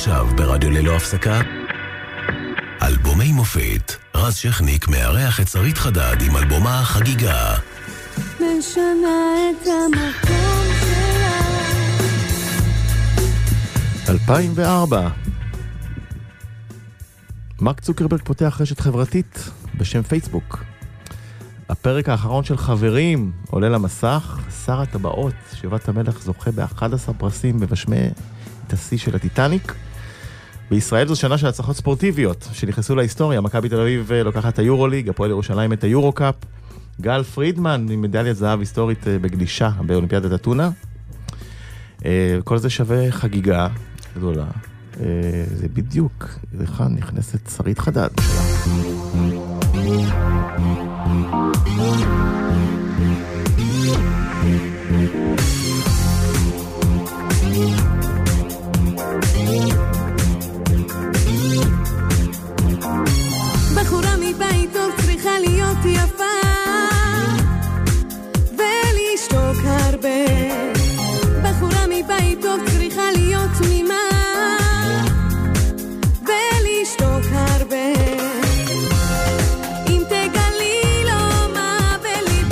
עכשיו ברדיו ללא הפסקה אלבומי מופת. רז שכניק מארח את שרית חדד עם אלבומה חגיגה. משנה את המקום שלה. 2004 מרק צוקרברג פותח רשת חברתית בשם פייסבוק. הפרק האחרון של חברים עולה למסך. שר הטבעות, שבעת המלך, זוכה ב-11 פרסים מבשמי את השיא של הטיטניק. בישראל זו שנה של הצלחות ספורטיביות שנכנסו להיסטוריה. מכבי תל אביב לוקחת את היורוליג, הפועל ירושלים את היורוקאפ. גל פרידמן עם מדליית זהב היסטורית בגלישה באולימפיאדת אתונה. כל זה שווה חגיגה גדולה. זה בדיוק, לכאן נכנסת שרית חדד. בחורה מבית טוב צריכה להיות יפה ולשתוק הרבה. בחורה מבית טוב צריכה להיות תמימה ולשתוק הרבה. אם תגלי לו מה ולי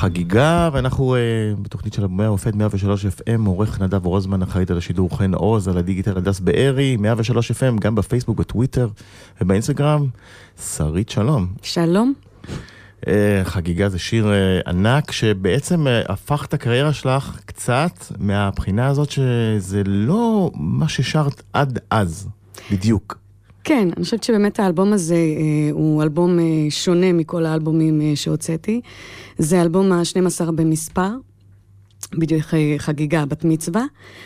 חגיגה, ואנחנו בתוכנית של אלבומי המופת 103 FM, עורך נדב רוזמן, אחראית על השידור חן עוז, על הדיגיטל הדס בארי, 103 FM, גם בפייסבוק, בטוויטר ובאינסטגרם. שרית, שלום. שלום. חגיגה זה שיר ענק, שבעצם הפך את הקריירה שלך קצת מהבחינה הזאת שזה לא מה ששרת עד אז, בדיוק. כן, אני חושבת שבאמת האלבום הזה הוא אלבום שונה מכל האלבומים שהוצאתי. זה אלבום ה-12 במספר, בדיוק חגיגה בת מצווה.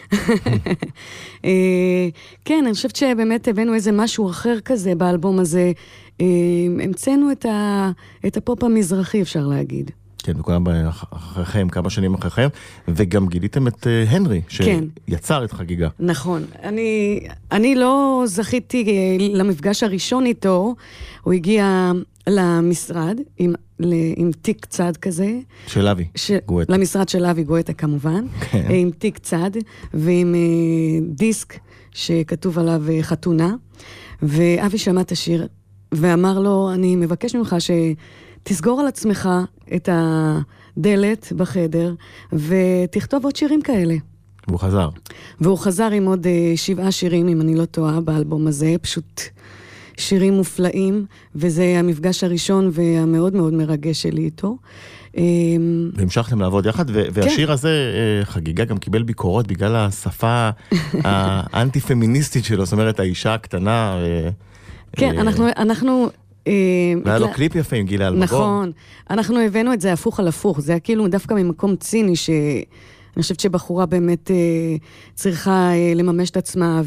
כן, אני חושבת שבאמת הבאנו איזה משהו אחר כזה באלבום הזה. המצאנו את הפופ המזרחי, אפשר להגיד. כן, וכולם אחריכם, כמה שנים אחריכם, וגם גיליתם את הנרי, שיצר את חגיגה. נכון. אני לא זכיתי למפגש הראשון איתו, הוא הגיע למשרד, עם תיק צד כזה. של אבי גואטה. למשרד של אבי גואטה כמובן, עם תיק צד, ועם דיסק שכתוב עליו חתונה, ואבי שמע את השיר, ואמר לו, אני מבקש ממך תסגור על עצמך את הדלת בחדר, ותכתוב עוד שירים כאלה. והוא חזר. והוא חזר עם עוד 7 שירים, אם אני לא טועה, באלבום הזה, פשוט שירים מופלאים, וזה המפגש הראשון והמאוד מאוד מרגש שלי איתו. והמשכתם לעבוד יחד, והשיר הזה, חגיגה, גם קיבל ביקורות בגלל השפה האנטי-פמיניסטית שלו, זאת אומרת, האישה הקטנה. כן, אנחנו והיה לו קליפ יפה עם גילה אלמגור. נכון, אנחנו הבאנו את זה הפוך על הפוך, זה היה כאילו דווקא ממקום ציני, שאני חושבת שבחורה באמת צריכה לממש את עצמה,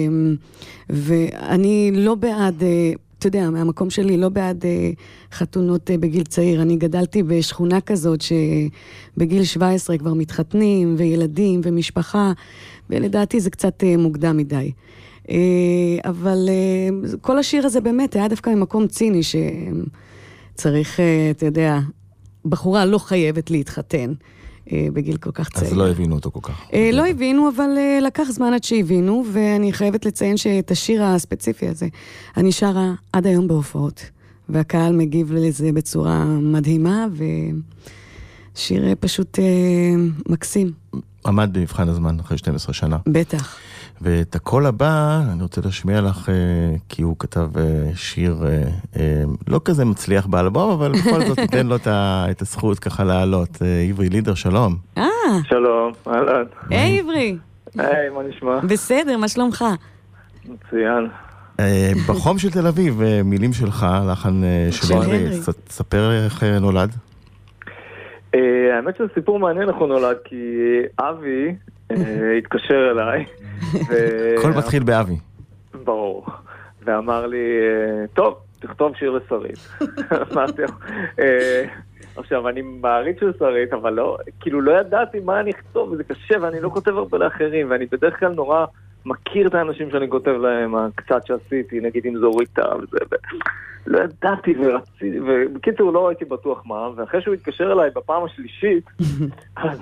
ואני לא בעד, אתה יודע, מהמקום שלי לא בעד חתונות בגיל צעיר, אני גדלתי בשכונה כזאת שבגיל 17 כבר מתחתנים, וילדים ומשפחה, ולדעתי זה קצת מוקדם מדי. אבל כל השיר הזה באמת היה דווקא ממקום ציני שצריך, אתה יודע, בחורה לא חייבת להתחתן בגיל כל כך צעיר. אז לא הבינו אותו כל כך. לא הבינו, אבל לקח זמן עד שהבינו, ואני חייבת לציין שאת השיר הספציפי הזה אני שרה עד היום בהופעות, והקהל מגיב לזה בצורה מדהימה, ושיר פשוט מקסים. עמד במבחן הזמן אחרי 12 שנה. בטח. ואת הקול הבא, אני רוצה להשמיע לך, כי הוא כתב שיר לא כזה מצליח באלבום, אבל בכל זאת ניתן לו את הזכות ככה לעלות. עברי לידר, שלום. שלום, אהלן. היי עברי. היי, מה נשמע? בסדר, מה שלומך? מצוין. בחום של תל אביב, מילים שלך, לחן של עברי, ספר איך נולד. האמת שזה סיפור מעניין איך הוא נולד, כי אבי התקשר אליי. הכל מתחיל באבי. ברור. ואמר לי, טוב, תכתוב שיר לשרית. עכשיו, אני מעריץ של שרית, אבל לא, כאילו לא ידעתי מה אני אכתוב, וזה קשה, ואני לא כותב הרבה לאחרים, ואני בדרך כלל נורא מכיר את האנשים שאני כותב להם, הקצת שעשיתי, נגיד עם זוריתה וזה, לא ידעתי ורציתי, ובקיצור לא הייתי בטוח מה, ואחרי שהוא התקשר אליי בפעם השלישית, אז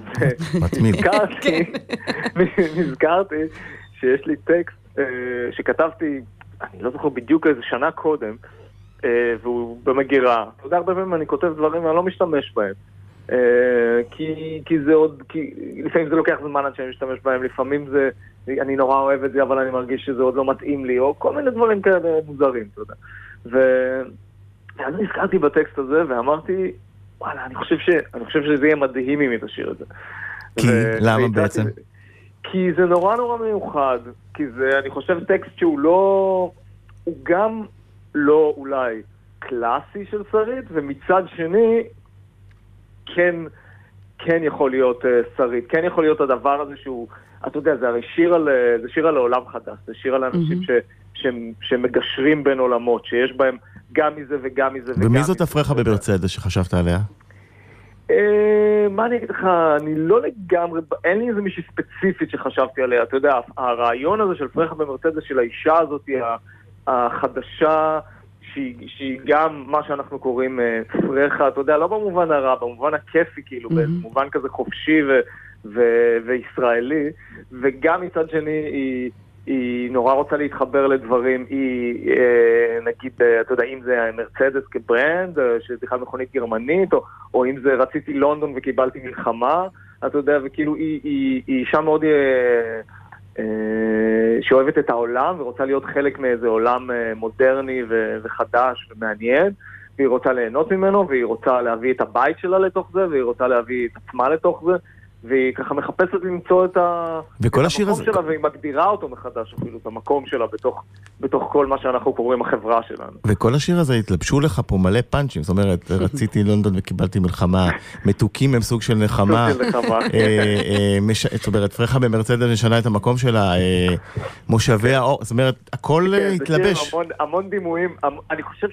נזכרתי שיש לי טקסט שכתבתי, אני לא זוכר בדיוק איזה שנה קודם, והוא במגירה. אתה יודע, הרבה פעמים אני כותב דברים ואני לא משתמש בהם. כי זה עוד, לפעמים זה לוקח זמן עד שאני משתמש בהם, לפעמים זה, אני נורא אוהב את זה, אבל אני מרגיש שזה עוד לא מתאים לי, או כל מיני דברים כאלה מוזרים, אתה יודע. ואז נזכרתי בטקסט הזה ואמרתי, וואלה, אני חושב שזה יהיה מדהים אם תשאיר את זה. כי, למה בעצם? כי זה נורא נורא מיוחד, כי זה, אני חושב, טקסט שהוא לא, הוא גם לא אולי קלאסי של שרית, ומצד שני, כן יכול להיות שרית, כן יכול להיות הדבר הזה שהוא, אתה יודע, זה הרי שיר על העולם חדש, זה שיר על אנשים שמגשרים בין עולמות, שיש בהם גם מזה וגם מזה. ומי זאת אפרחה במרצדס שחשבת עליה? מה אני אגיד לך, אני לא לגמרי, אין לי איזה מישהי ספציפית שחשבתי עליה, אתה יודע, הרעיון הזה של אפרחה במרצדס, של האישה הזאת החדשה, שהיא גם מה שאנחנו קוראים פרחה, אתה יודע, לא במובן הרע, במובן הכיפי כאילו, במובן כזה חופשי וישראלי, וגם מצד שני היא נורא רוצה להתחבר לדברים, היא, נגיד, אתה יודע, אם זה מרצדס כברנד, שזה בכלל מכונית גרמנית, או אם זה רציתי לונדון וקיבלתי מלחמה, אתה יודע, וכאילו היא אישה מאוד שאוהבת את העולם, ורוצה להיות חלק מאיזה עולם מודרני וחדש ומעניין, והיא רוצה ליהנות ממנו, והיא רוצה להביא את הבית שלה לתוך זה, והיא רוצה להביא את עצמה לתוך זה, והיא ככה מחפשת למצוא את המקום שלה, והיא מגדירה אותו מחדש, אפילו את המקום שלה בתוך כל מה שאנחנו קוראים החברה שלנו. וכל השיר הזה התלבשו לך פה מלא פאנצ'ים, זאת אומרת, רציתי לונדון וקיבלתי מלחמה, מתוקים הם סוג של נחמה, זאת אומרת, פרחה במרצדס נשנה את המקום שלה, מושבי האור, זאת אומרת, הכל התלבש. המון דימויים, אני חושב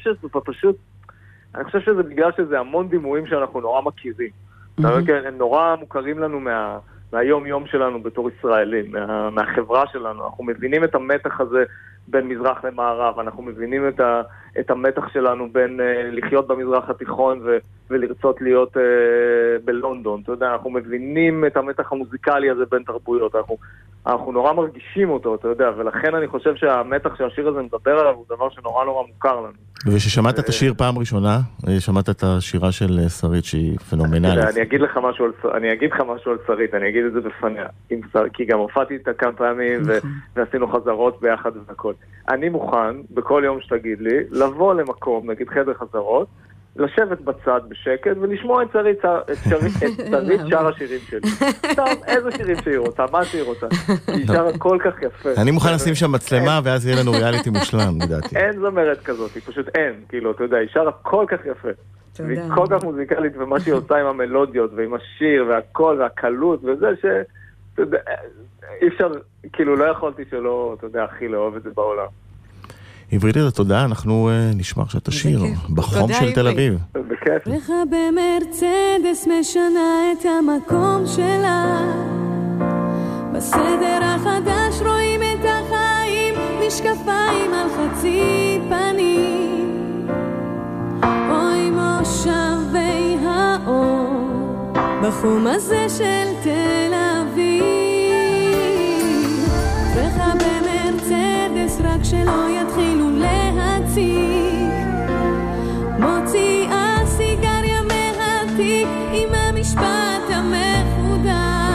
שזה בגלל שזה המון דימויים שאנחנו נורא מכירים. הם נורא מוכרים לנו מהיום-יום שלנו בתור ישראלים, מהחברה שלנו. אנחנו מבינים את המתח הזה בין מזרח למערב, אנחנו מבינים את המתח שלנו בין לחיות במזרח התיכון ולרצות להיות בלונדון. אתה יודע, אנחנו מבינים את המתח המוזיקלי הזה בין תרבויות, אנחנו נורא מרגישים אותו, אתה יודע, ולכן אני חושב שהמתח שהשיר הזה מדבר עליו הוא דבר שנורא נורא מוכר לנו. וששמעת את השיר פעם ראשונה, שמעת את השירה של שרית שהיא פנומנלית. אני אגיד לך משהו על שרית, אני אגיד את זה בפניה, כי גם הופעתי איתה כמה פעמים ועשינו חזרות ביחד וכל. אני מוכן, בכל יום שתגיד לי, לבוא למקום, נגיד חדר חזרות, לשבת בצד בשקט ולשמוע את שרית שר השירים שלי. סתם, איזה שירים שהיא רוצה, מה שהיא רוצה. היא שרה כל כך יפה. אני מוכן לשים שם מצלמה ואז יהיה לנו ריאליטי מושלם, לדעתי. אין זמרת כזאת, היא פשוט אין. כאילו, אתה יודע, היא שרה כל כך יפה. והיא כל כך מוזיקלית, ומה שהיא עושה עם המלודיות ועם השיר והכל והקלות וזה ש... אתה יודע, אי אפשר, כאילו, לא יכולתי שלא, אתה יודע, הכי לאהוב את זה בעולם. עברית את התודעה, אנחנו נשמע עכשיו את השיר, בחום של תל אביב. בכיף. לך במרצדס משנה את המקום שלה, בסדר החדש רואים את החיים, משקפיים על חצי פנים, אוי מושבי האור, בחום הזה של תל אביב. לך במרצדס רק שלא יתחילו להציג, מוציאה סיגריה מהתיק עם המשפט המחודד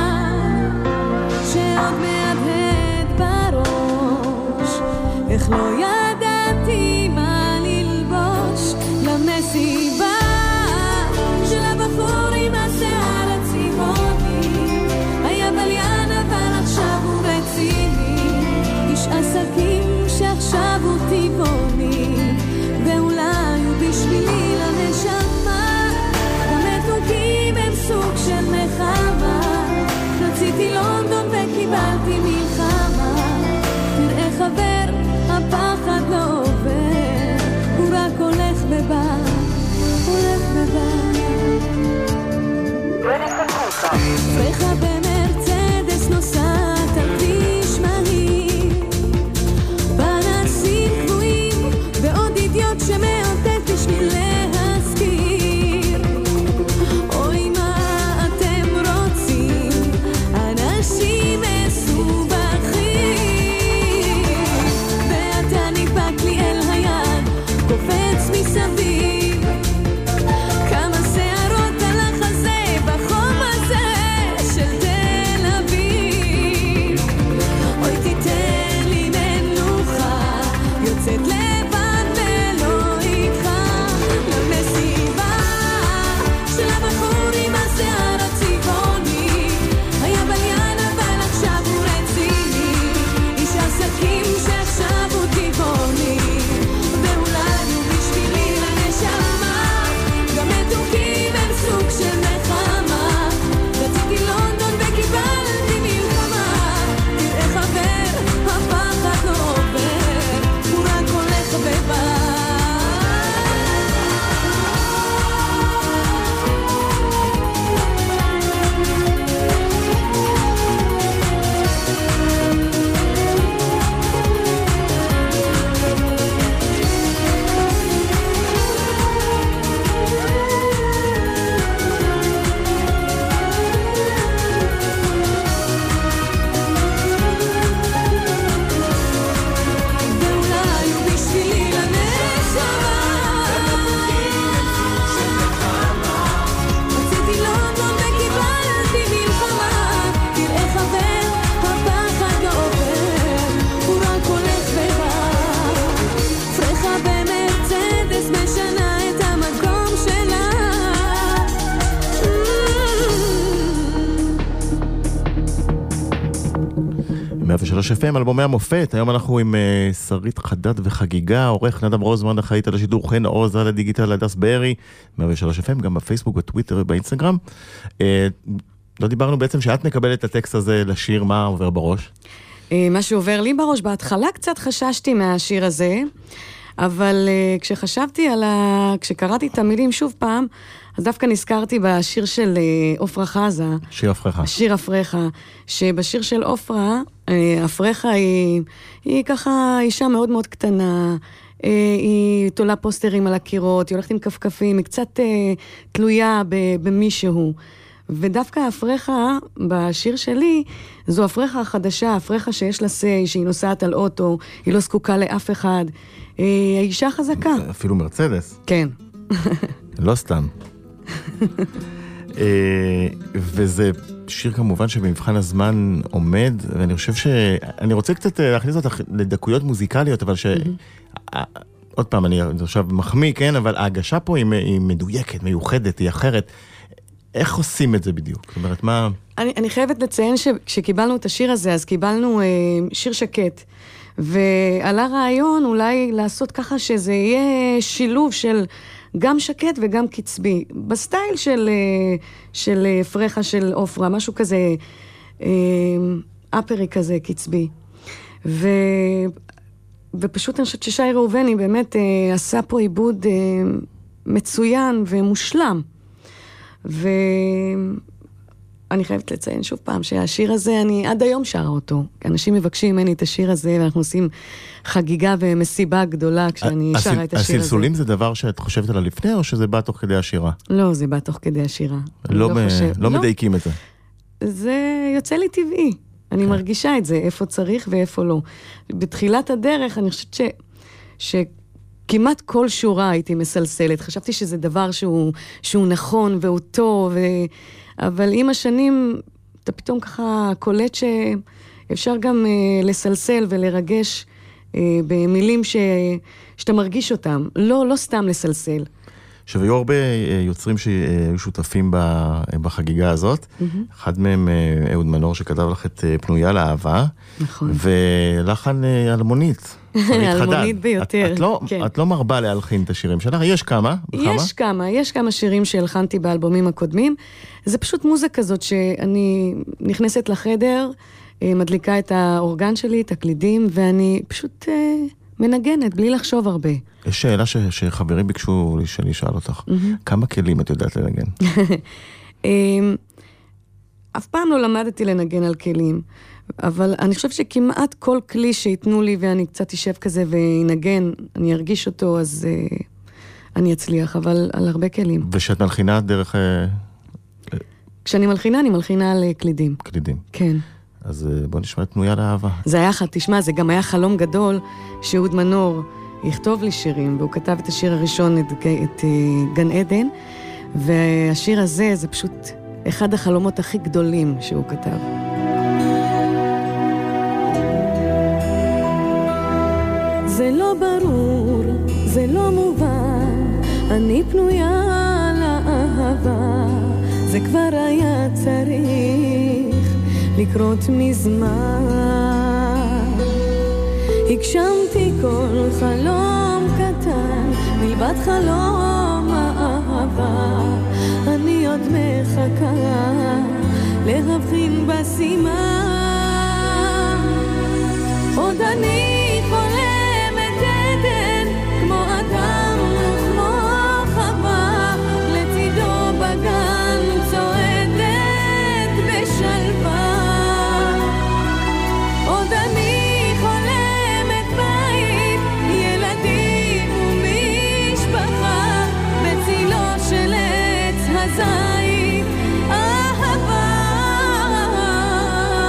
שעוד מהדהד בראש, איך לא ידעתי מה ללבוש למסיבה של הבחור עם השיער הצבעוני, היה בליין אבל עכשיו הוא רציני, איש עסקים שעכשיו הוא טבעוני, ואולי הוא בשבילי לנשמה, המתוקים הם סוג של נחמה, רציתי לונדון וקיבלתי מלחמה, תראה חבר, הפחד 103 FM, אלבומי המופת. היום אנחנו עם שרית חדד וחגיגה, עורך נדב רוזמן, אחראית על השידור, חן עוז על הדיגיטל, הדס בארי, 103 FM, גם בפייסבוק, בטוויטר ובאינסטגרם. לא דיברנו בעצם שאת מקבלת את הטקסט הזה לשיר, מה עובר בראש? מה שעובר לי בראש, בהתחלה קצת חששתי מהשיר הזה, אבל כשקראתי את המילים שוב פעם, אז דווקא נזכרתי בשיר של אופרה חזה. שיר אפרחה. שיר אפרחה, שבשיר של אופרה, אפרחה היא ככה אישה מאוד מאוד קטנה, היא תולה פוסטרים על הקירות, היא הולכת עם כפכפים, היא קצת תלויה במישהו. ודווקא הפרחה בשיר שלי, זו הפרחה החדשה, הפרחה שיש לה סי, שהיא נוסעת על אוטו, היא לא זקוקה לאף אחד. האישה חזקה. אפילו מרצדס. כן. לא סתם. וזה שיר כמובן שבמבחן הזמן עומד, ואני חושב אני רוצה קצת להכניס אותך לדקויות מוזיקליות, אבל עוד פעם, אני עכשיו מחמיא, כן, אבל ההגשה פה היא מדויקת, מיוחדת, היא אחרת. איך עושים את זה בדיוק? זאת אומרת, מה... אני חייבת לציין שכשקיבלנו את השיר הזה, אז קיבלנו שיר שקט, ועלה רעיון אולי לעשות ככה שזה יהיה שילוב של גם שקט וגם קצבי, בסטייל של פרחה של אופרה, משהו כזה אפרי כזה קצבי. ופשוט אני חושבת ששי ראובני באמת עשה פה עיבוד מצוין ומושלם. ואני חייבת לציין שוב פעם שהשיר הזה, אני עד היום שרה אותו. אנשים מבקשים ממני את השיר הזה, ואנחנו עושים חגיגה ומסיבה גדולה כשאני שרה את השיר הזה. הסלסולים זה דבר שאת חושבת עליו לפני, או שזה בא תוך כדי השירה? לא, זה בא תוך כדי השירה. לא מדייקים את זה. זה יוצא לי טבעי. אני מרגישה את זה, איפה צריך ואיפה לא. בתחילת הדרך, אני חושבת כמעט כל שורה הייתי מסלסלת. חשבתי שזה דבר שהוא נכון והוא טוב, אבל עם השנים אתה פתאום ככה קולט שאפשר גם לסלסל ולרגש במילים שאתה מרגיש אותם. לא סתם לסלסל. שהיו הרבה יוצרים שהיו שותפים בחגיגה הזאת. אחד מהם אהוד מנור שכתב לך את פנויה לאהבה. נכון. ולחן אלמונית. אלמונית ביותר. את לא מרבה להלחין את השירים שלך? יש כמה? יש כמה שירים שהלחנתי באלבומים הקודמים. זה פשוט מוזיקה כזאת שאני נכנסת לחדר, מדליקה את האורגן שלי, את הקלידים, ואני פשוט מנגנת, בלי לחשוב הרבה. יש שאלה שחברים ביקשו שאני אשאל אותך. כמה כלים את יודעת לנגן? אף פעם לא למדתי לנגן על כלים, אבל אני חושבת שכמעט כל כלי שיתנו לי ואני קצת אשב כזה וינגן, אני ארגיש אותו, אז אני אצליח, אבל על הרבה כלים. ושאת מלחינה דרך... כשאני מלחינה, אני מלחינה על קלידים. קלידים. כן. אז בוא נשמע את פנויה לאהבה. זה היה, תשמע, זה גם היה חלום גדול שאהוד מנור יכתוב לי שירים, והוא כתב את השיר הראשון, את גן עדן, והשיר הזה זה פשוט אחד החלומות הכי גדולים שהוא כתב. זה לא ברור, זה לא מובן, אני פנויה לאהבה, זה כבר היה צריך לקרות מזמן. הגשמתי כל חלום קטן, מלבד חלום האהבה, אני עוד מחכה להבחין בסימן. עוד אני חולמת עדן, כמו אדם וכמו חווה, לצידו בגן צועדת בשלווה. עוד אני חולמת בית, ילדים ומשפחה, בצילו של עץ הזית, אהבה.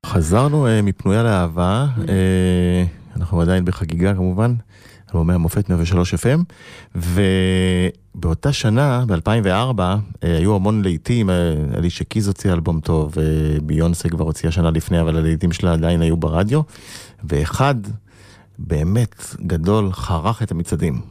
חזרנו מפנויה לאהבה, אנחנו עדיין בחגיגה כמובן, אלבומי המופת 103 FM, ובאותה שנה, ב-2004, היו המון לעיתים, אלישה קיז הוציאה אלבום טוב, ביונסה כבר הוציאה שנה לפני, אבל הלעיתים שלה עדיין היו ברדיו, ואחד באמת גדול חרך את המצעדים.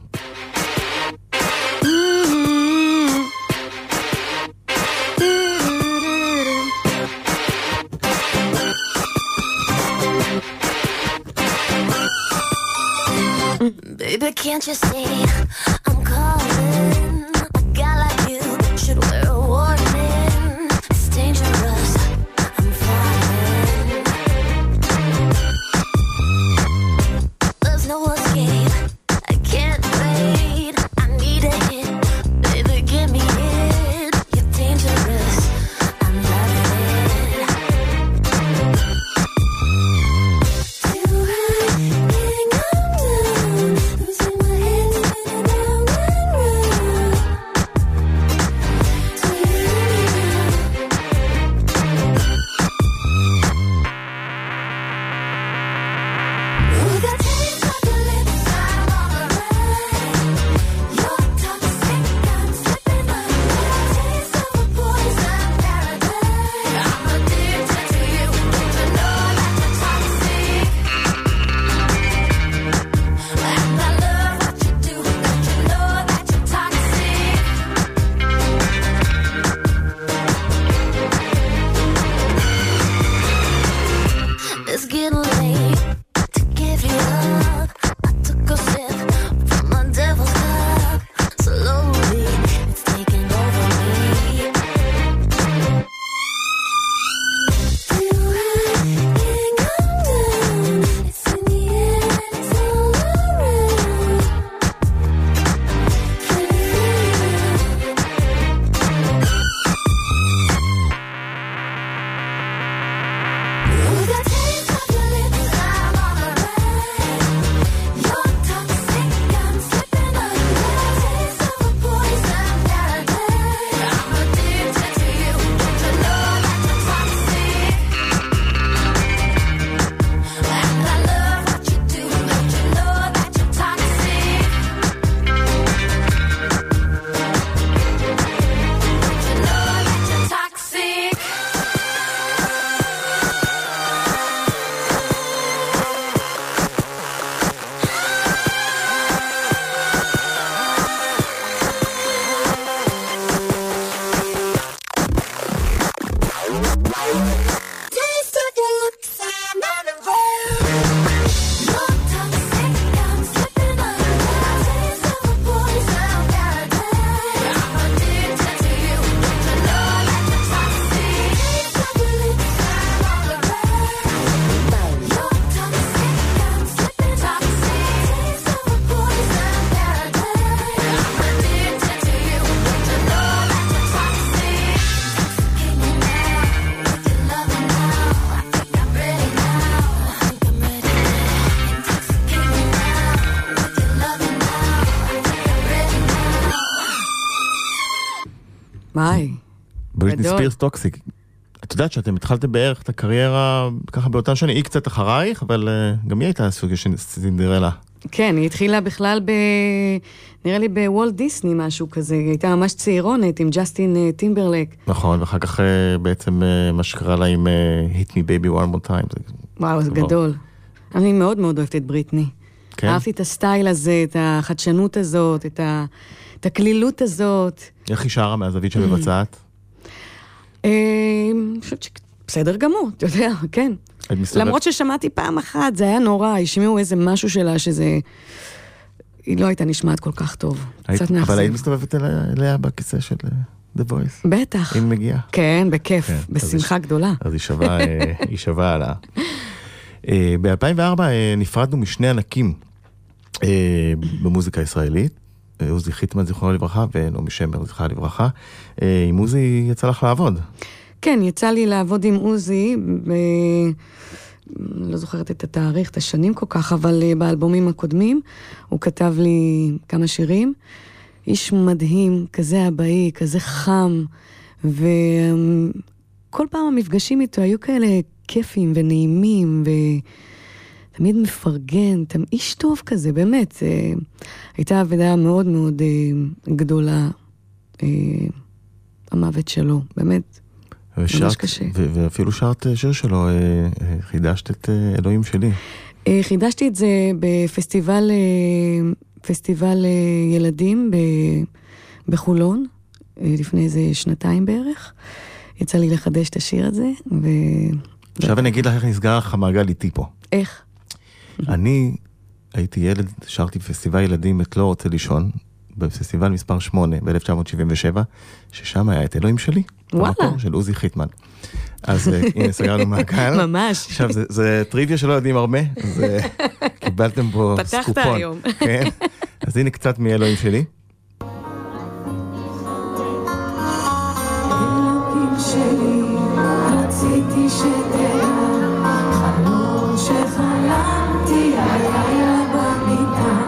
Baby, can't you see I'm calling? A guy like you should wear a warning. It's dangerous, I'm falling. There's no escape, I can't wait. I need a hit, baby, give me it. You're dangerous, I'm loving it. Too high, getting up down. Losing my head, spinning round and round. So you with a taste of your lips, I'm on the run. You're toxic, I'm slipping under. Taste of a poison paradise. I'm addicted to you. Don't you know that you're toxic? And I love what you do. Don't you know that you're toxic? It's getting late to give you up. I took a sip from my devil's cup. Slowly, it's taking over me. Too high, getting up down. It's in the air and it's all around. Can you with a taste of your lips, I'm on the run. You're toxic, I'm slipping under. Taste of a poison paradise. I'm addicted to you. Don't you know that you're toxic? And I love what you do. Don't you know that you're toxic? Don't you know that you're toxic? Taste of your lips, I'm on the run. You're toxic, I'm slipping under. Taste of a poison paradise. I'm addicted to you. Don't you know that you're toxic? Taste of your lips, I'm on the run. You're toxic, I'm slipping toxic. Taste of a poison paradise. I'm addicted to you. Don't you know that you're toxic? Intoxicate me now with your loving now. I think I'm ready now. I think I'm ready. Intoxicate me now with your loving now. I think I'm ready now. וואי, בריטני גדול. ספירס טוקסיק. את יודעת שאתם התחלתם בערך את הקריירה ככה באותן שנים, היא קצת אחרייך, אבל גם היא הייתה סוג של סינדרלה. כן, היא התחילה בכלל נראה לי בוולט דיסני משהו כזה, היא הייתה ממש צעירונת עם ג'סטין טימברלק. נכון, ואחר כך בעצם מה שקרה לה עם Hit Me Baby One More Time. וואו, זה גדול. אני מאוד מאוד אוהבת את בריטני. כן? אהבתי את הסטייל הזה, את החדשנות הזאת, את הכלילות הזאת. איך היא שרה מהזווית שמבצעת? אני חושבת בסדר גמור, אתה יודע, כן. למרות ששמעתי פעם אחת, זה היה נורא, השמיעו איזה משהו שלה שזה... היא לא הייתה נשמעת כל כך טוב. קצת מאכזב. אבל היית מסתובבת אליה בכיסא של The Voice? בטח. אם מגיעה. כן, בכיף, כן, בשמחה גדולה. אז היא שווה עליה. ב-2004 נפרדנו משני ענקים במוזיקה הישראלית. עוזי חיטמן זיכרונו לברכה ונעמי שמר זכרה לברכה. עם עוזי יצא לך לעבוד. כן, יצא לי לעבוד עם עוזי, לא זוכרת את התאריך, את השנים כל כך, אבל באלבומים הקודמים הוא כתב לי כמה שירים. איש מדהים, כזה הבאי, כזה חם, וכל פעם המפגשים איתו היו כאלה כיפים ונעימים, ותמיד מפרגן, איש טוב כזה, באמת. הייתה עבודה מאוד מאוד גדולה, המוות שלו, באמת. ממש קשה. ואפילו שרת שיר שלו, חידשת את אלוהים שלי. חידשתי את זה בפסטיבל ילדים בחולון, לפני איזה 2 בערך. יצא לי לחדש את השיר הזה, עכשיו אני אגיד לך איך נסגר לך המעגל איתי פה. איך? אני הייתי ילד, שרתי בפסטיבל ילדים את לא רוצה לישון, בפסטיבל מספר 8 ב-1977, ששם היה את אלוהים שלי. וואלה. במקור של עוזי חיטמן. אז הנה סגרנו מעגל. ממש. עכשיו זה טריוויה שלא יודעים הרבה, אז קיבלתם פה סקופון. פתחת היום. כן. אז הנה קצת מאלוהים שלי. אלוהים שלי, רציתי שתדע, חלום שחלמתי הלילה במיטה,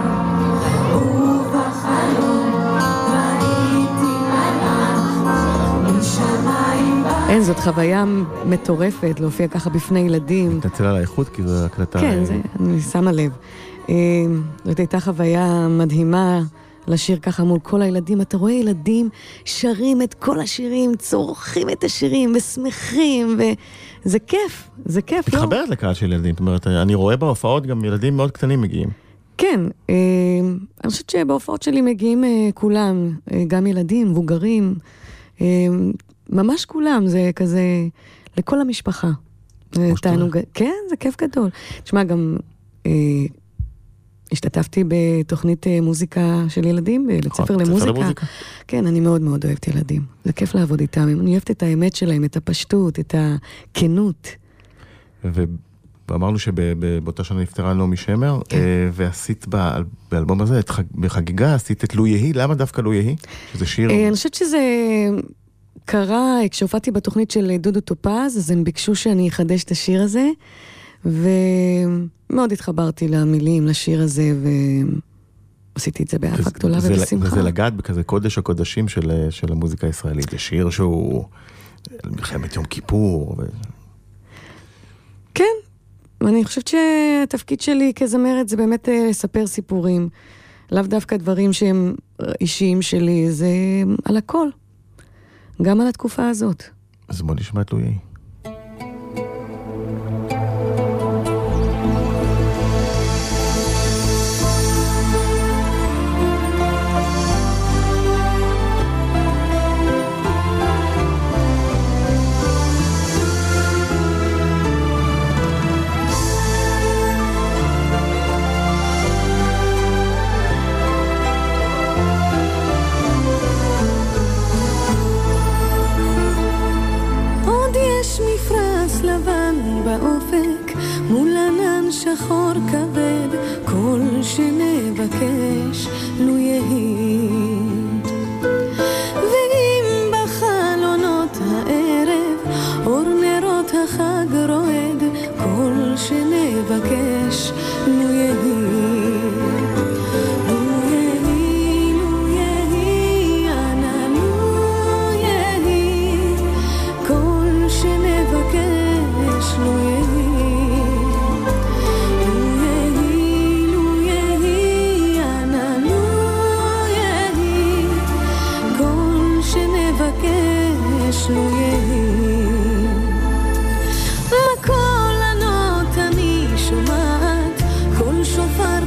ובחלום ראיתי מלאך, משמיים בא. אין, זאת חוויה מטורפת, להופיע ככה בפני ילדים. מתנצל על האיכות, כי זו הקלטה... כן, אני שמה לב. זאת הייתה חוויה מדהימה לשיר ככה מול כל הילדים. אתה רואה ילדים שרים את כל השירים, צורכים את השירים ושמחים, וזה כיף, זה כיף. מתחברת לקהל של ילדים, זאת אומרת, אני רואה בהופעות גם ילדים מאוד קטנים מגיעים. כן, אני חושבת שבהופעות שלי מגיעים כולם, גם ילדים, מבוגרים, ממש כולם, זה כזה לכל המשפחה. תענוג, כן, זה כיף גדול. תשמע, גם השתתפתי בתוכנית מוזיקה של ילדים, בבית ספר למוזיקה. כן, אני מאוד מאוד אוהבת ילדים. זה כיף לעבוד איתם. אני אוהבת את האמת שלהם, את הפשטות, את הכנות. ואמרנו שבאותה שנה נפטרה נעמי שמר, ועשית באלבום הזה, בחגיגה, עשית את לו יהי. למה דווקא לו יהי? שזה שיר... אני חושבת שזה קרה, כשהופעתי בתוכנית של דודו טופז, אז הם ביקשו שאני אחדש את השיר הזה, ומאוד התחברתי למילים, לשיר הזה, ועשיתי את זה באהבה גדולה ובשמחה. וזה לגעת בכזה קודש הקודשים של המוזיקה הישראלית. זה שיר שהוא מלחמת יום כיפור. כן, ואני חושבת שהתפקיד שלי כזמרת זה באמת לספר סיפורים. לאו דווקא דברים שהם אישיים שלי, זה על הכל. גם על התקופה הזאת. אז בוא נשמע את לו יהי. באופק מול ענן שחור כבד, כל שנבקש לו יהי. ואם בחלונות הערב אור נרות החג רועד, כל שנבקש לו יהי. לו יהי. בקול ענות אני שומעת, קול שופר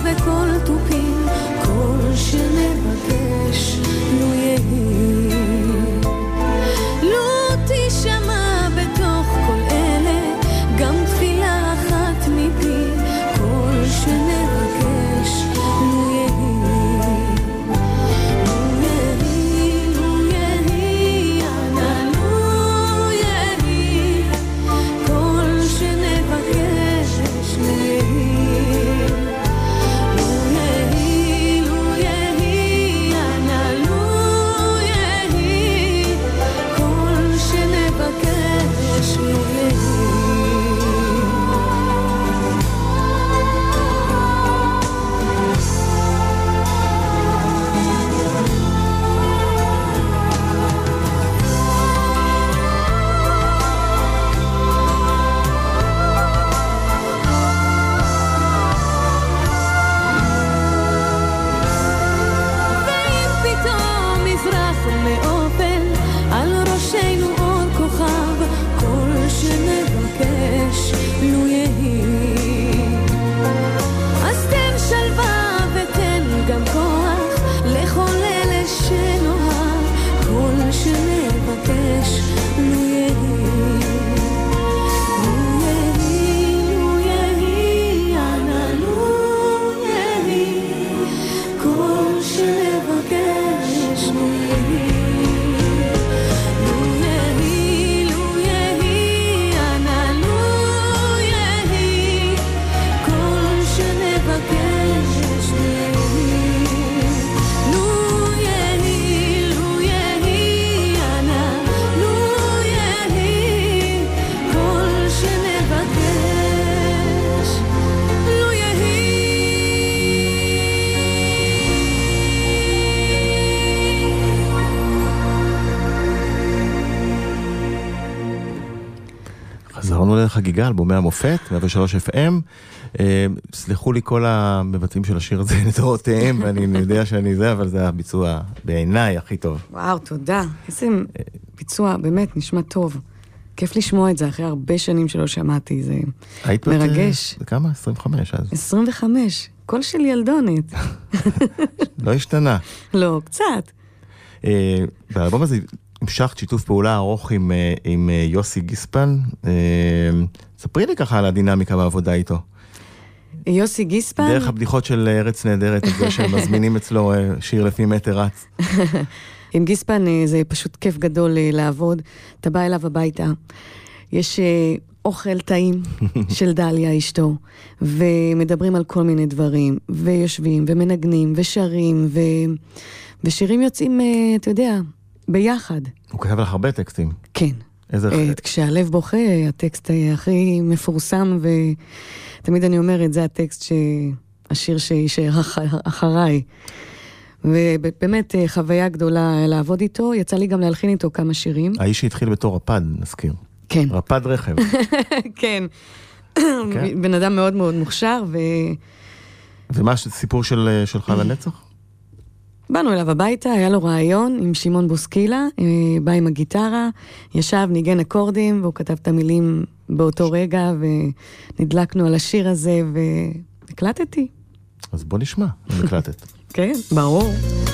חזרנו לחגיגה, אלבומי המופת, 103 FM. סלחו לי כל המבצעים של השיר הזה לדורותיהם, ואני יודע שאני זה, אבל זה הביצוע בעיניי הכי טוב. וואו, תודה. איזה ביצוע, באמת, נשמע טוב. כיף לשמוע את זה אחרי הרבה שנים שלא שמעתי, זה מרגש. זה כמה? 25 אז. 25, קול של ילדונת. לא השתנה. לא, קצת. באלבום הזה המשכת שיתוף פעולה ארוך עם יוסי גיספן. ספרי לי ככה על הדינמיקה בעבודה איתו. יוסי גיספן? דרך הבדיחות של ארץ נהדרת, את זה שהם מזמינים אצלו שיר לפי מטר רץ. עם גיספן זה פשוט כיף גדול לעבוד. אתה בא אליו הביתה, יש אוכל טעים של דליה אשתו, ומדברים על כל מיני דברים, ויושבים ומנגנים ושרים, ושירים יוצאים, אתה יודע, ביחד. הוא כתב לך הרבה טקסטים. כן. איזה... כשהלב בוכה, הטקסט הכי מפורסם, ותמיד אני אומרת, זה הטקסט השיר שישאר אחריי. ובאמת חוויה גדולה לעבוד איתו, יצא לי גם להלחין איתו כמה שירים. האיש שהתחיל בתור רפד, נזכיר. כן. רפד רכב. כן. בן אדם מאוד מאוד מוכשר, ומה הסיפור שלך לנצח? באנו אליו הביתה, היה לו רעיון עם שמעון בוסקילה, בא עם הגיטרה, ישב, ניגן אקורדים, והוא כתב את המילים באותו רגע, ונדלקנו על השיר הזה, והקלטתי. אז בוא נשמע, נקלטת. כן, ברור.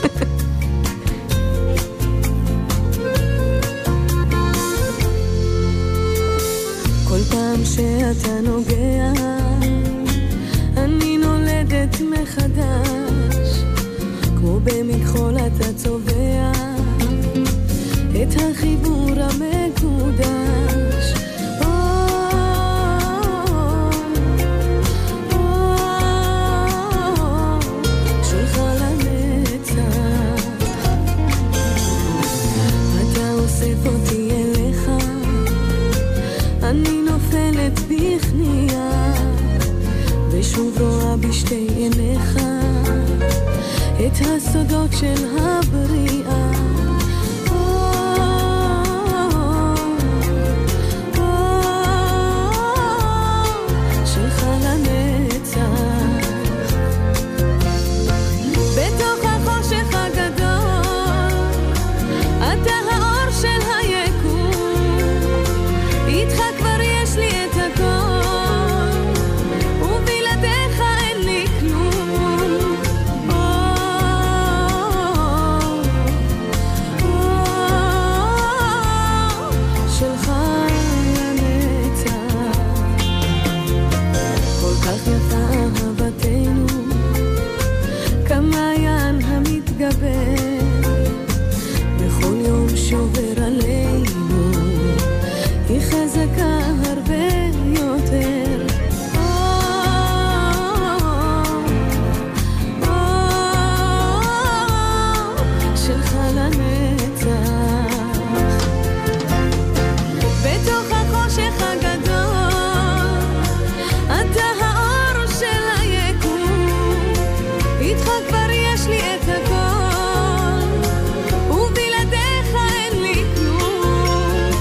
כל פעם שאתה נוגע, אני נולדת מחדש, כמו במכחול אתה צובע את החיבור המקודש. שלך לנצח, אתה אוסף אותי אליך, אני נופלת בכניעה, ושוב רואה בשתי עיניך את הסודות של הבריאה. שלך לנצח, בתוך החושך הגדול, אתה האור של היקום, איתך כבר יש לי את הכל, ובלעדיך אין לי כלום. שלך לנצח, כל כך יפה אהבתנו, כמעיין המתגבר, בכל יום שעובר עלינו, היא חזקה הרבה יותר. שלך לנצח, בתוך החושך הגדול, אתה האור של היקום, איתך כבר יש לי את הכל, ובלעדיך אין לי כלום.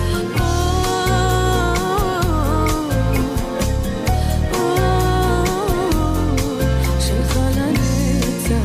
שלך לנצח.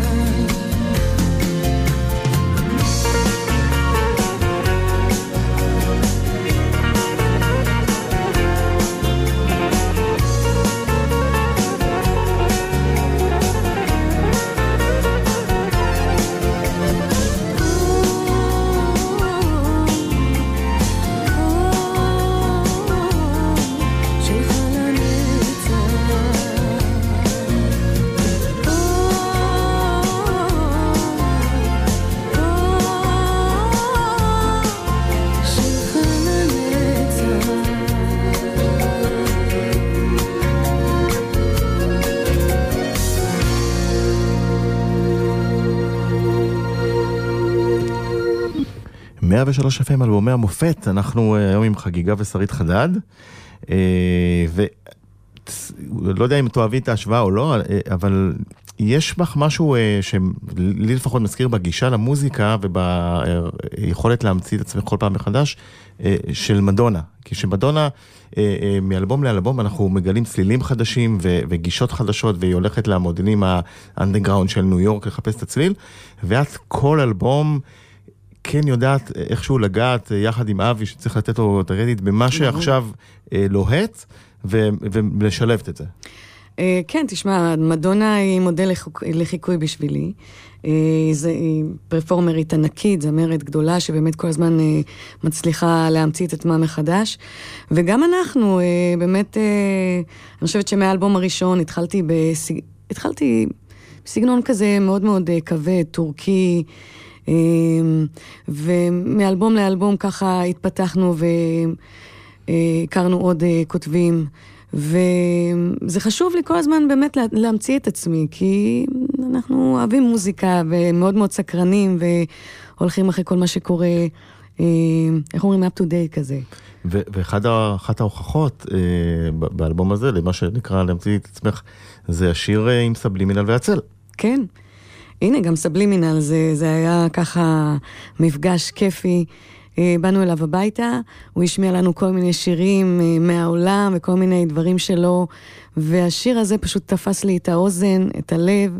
שלך לנצח. 103 FM אלבומי המופת, אנחנו היום עם חגיגה ושרית חדד, ולא יודע אם תאהבי את ההשוואה או לא, אבל יש בך משהו שלי לפחות מזכיר בגישה למוזיקה וביכולת להמציא את עצמך כל פעם מחדש של מדונה. כי שמדונה מאלבום לאלבום אנחנו מגלים צלילים חדשים וגישות חדשות, והיא הולכת למודלים האנדרגראונד של ניו יורק לחפש את הצליל, ואת כל אלבום כן יודעת איכשהו לגעת יחד עם אבי שצריך לתת לו את הרדיט במה שעכשיו לוהט ולשלבת את זה. כן, תשמע, מדונה היא מודל לחיקוי בשבילי. היא פרפורמרית ענקית, זמרת גדולה שבאמת כל הזמן מצליחה להמציא את עצמה מחדש. וגם אנחנו, באמת, אני חושבת שמהאלבום הראשון התחלתי בסגנון כזה מאוד מאוד כבד, טורקי, ומאלבום לאלבום ככה התפתחנו והכרנו עוד כותבים. וזה חשוב לי כל הזמן באמת להמציא את עצמי, כי אנחנו אוהבים מוזיקה ומאוד מאוד סקרנים והולכים אחרי כל מה שקורה, איך אומרים, up to date כזה. ואחת ההוכחות באלבום הזה, למה שנקרא להמציא את עצמך, זה השיר עם סבלימינל והצל. כן, הנה גם סבלימינל, זה היה ככה מפגש כיפי. באנו אליו הביתה, הוא השמיע לנו כל מיני שירים מהעולם וכל מיני דברים שלו, והשיר הזה פשוט תפס לי את האוזן, את הלב,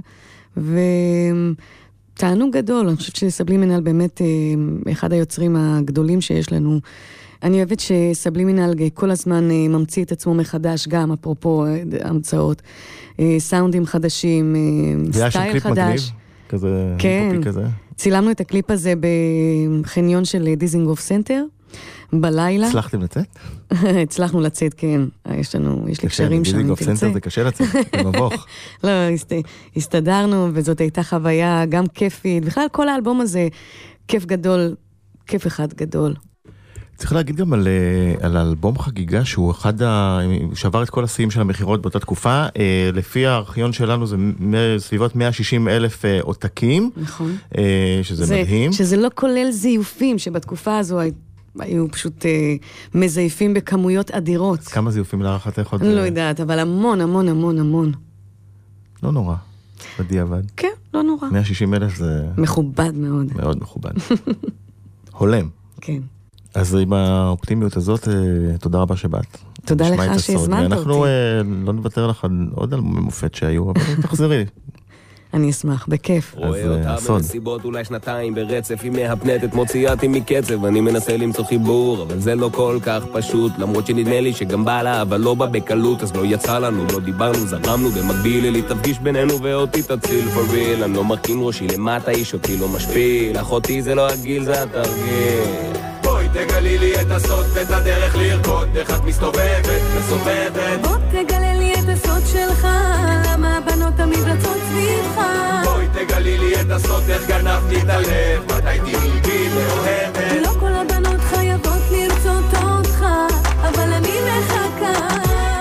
ותענוג גדול. אני חושבת שסבלימינל באמת אחד היוצרים הגדולים שיש לנו. אני אוהבת שסבלימינל כל הזמן ממציא את עצמו מחדש, גם אפרופו המצאות, סאונדים חדשים, סטייל חדש. כזה, כן, כזה. צילמנו את הקליפ הזה בחניון של דיזינגוף סנטר, בלילה. הצלחתם לצאת? הצלחנו לצאת, כן. יש לי קשרים שם, דיזינגוף סנטר זה קשה לצאת, זה מבוך. לא, הסתדרנו, וזאת הייתה חוויה גם כיפית. בכלל, כל האלבום הזה, כיף גדול, כיף אחד גדול. צריך להגיד גם על אלבום חגיגה, שהוא שבר את כל השיאים של המחירות באותה תקופה. לפי הארכיון שלנו זה סביבות 160,000 עותקים. נכון. שזה מדהים. שזה לא כולל זיופים, שבתקופה הזו היו פשוט מזייפים בכמויות אדירות. אז כמה זיופים להערכתך עוד? לא יודעת, אבל המון, המון, המון, המון. לא נורא, בדיעבד. כן, לא נורא. 160,000 זה... מכובד מאוד. מאוד מכובד. הולם. כן. אז עם האופטימיות הזאת, תודה רבה שבאת. תודה לך שהזמנת אותי. ואנחנו לא נוותר לך עוד אלבומי מופת שהיו, אבל תחזרי. אני אשמח, בכיף. רואה אותה במסיבות אולי שנתיים ברצף, היא מהפנטת, מוציאתי מקצב, אני מנסה למצוא חיבור, אבל זה לא כל כך פשוט, למרות שנדמה לי שגם בא לה, אבל לא בא בקלות, אז לא יצא לנו, לא דיברנו, זרמנו, במקביל אלי תפגיש בינינו ואותי תציל for real, אני לא מרכין ראשי למטה, איש אותי לא משפיל, אחותי זה לא הגיל, זה התרגיל. בואי תגלי לי את הסוד ואת הדרך לרקוד, איך את מסתובבת, מסובבת. בוא תגלה לי את הסוד שלך, למה הבנות תמיד רצות סביבך. בואי תגלי לי את הסוד, איך גנבתי את הלב, מתי תהיי בי מאוהבת. לא כל הבנות חייבות לרצות אותך, אבל אני מחכה.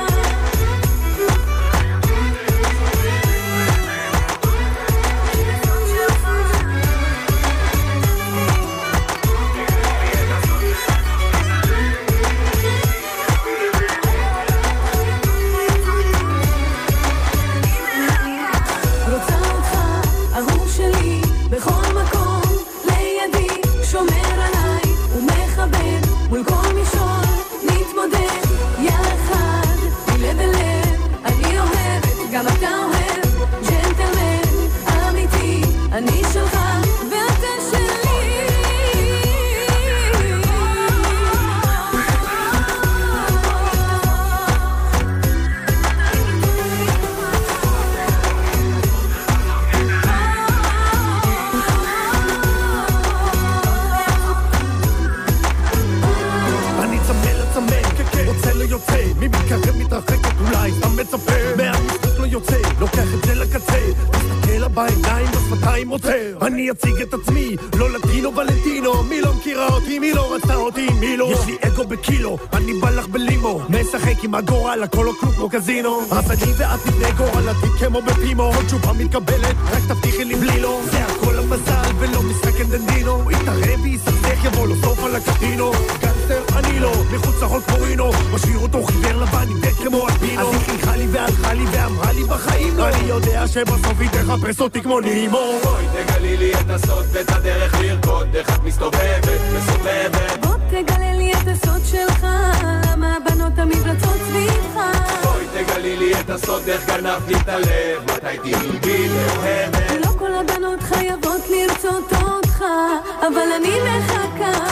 אני אציג את עצמי, לא לטינו ולנטינו, מי לא מכירה אותי, מי לא רצה אותי, מי לא. יש לי אגו בקילו, אני בא לך בלימו, משחק עם הגורל, הכל או כלום כמו קזינו. אז אני ואת נבנה גורל, עתיד כמו בפימו, עוד תשובה מתקבלת, רק תבטיחי לי בלי לא. זה הכל המזל ולא משחק אנדנדינו, יתערב ויסכסך יבוא לו סוף על הקטינו. גנגסטר אני לא, מחוץ לחול כמו רינו, משאיר אותו חיוור לבן עם דק כמו אלפינו. אז היא חייכה לי והלכה לי ואמרה לי בחיים לא אני יודע שבסוף היא תחפש אותי כמו נימו. בואי תגלי לי את הסוד ואת הדרך לרקוד, איך את מסתובבת, מסובבת. בוא תגלה לי את הסוד שלך, למה הבנות תמיד רצות סביבך. בואי תגלי לי את הסוד, איך גנבתי את הלב, מתי תהיי בי מאוהבת. לא כל הבנות חייבות לרצות אותך, אבל אני מחכה.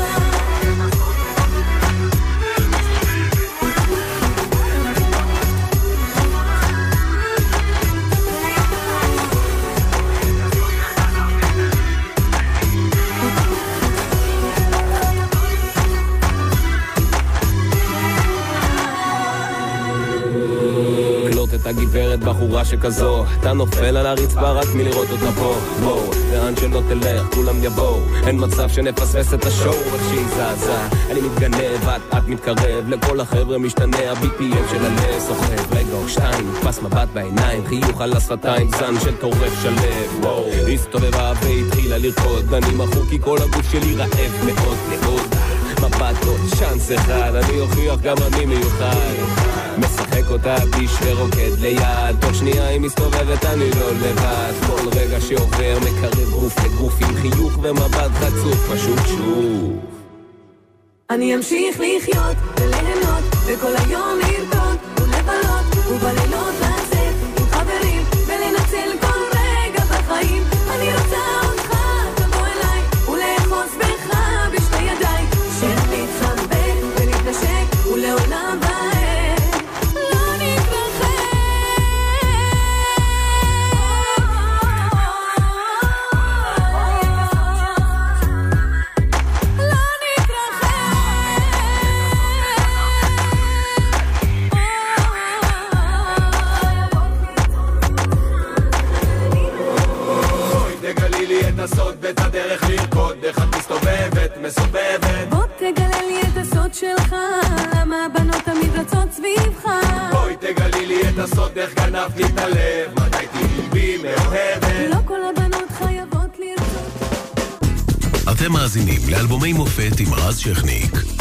את הגברת בחורה שכזו, אתה נופל על הרצפה רק מלראות אותה פה. בואו, לאן שלא תלך, כולם יבואו, אין מצב שנפספס את השואו. איך שהיא זזה, אני מתגנב, את מתקרב, לכל החבר'ה משתנה, ה-BPM של הלב סוחב. רגע או שתיים, פס מבט בעיניים, חיוך על השפתיים, זן של טורף שלב. היא הסתובבה והתחילה לרקוד, אני מחוק כי כל הגוף שלי רעב מאוד מאוד. מבט עוד צ'אנס אחד, אני אוכיח גם אני מיוחד. משחק אותה ביש ורוקד ליד, תוך שנייה היא מסתובבת, אני לא לבד. כל רגע שעובר מקרב גוף לגוף עם חיוך ומבט חצוף, פשוט שוב. אני אמשיך לחיות וליהנות וכל היום לרקוד ולבלות ובלילות לצאת עם חברים ולנצל כל רגע בחיים. אני רוצה אותך, תבוא אליי ולאחוז בך בשתי ידיי, שנתחבק ונתנשק ולעולם בעת לא נתרחק. לא נתרחק. בואי תגלי לי את הסוד ואת הדרך לרקוד, איך את מסתובבת, מסובבת. בוא תגלה לי את הסוד שלך, למה הבנות תמיד רצות סביבך. בואי תגלי לי את הסוד, איך גנבתי את הלב, מתי תהיי בי מאוהבת. לא כל הבנות חייבות לרצות. אתם מאזינים לאלבומי מופת עם רז שכניק.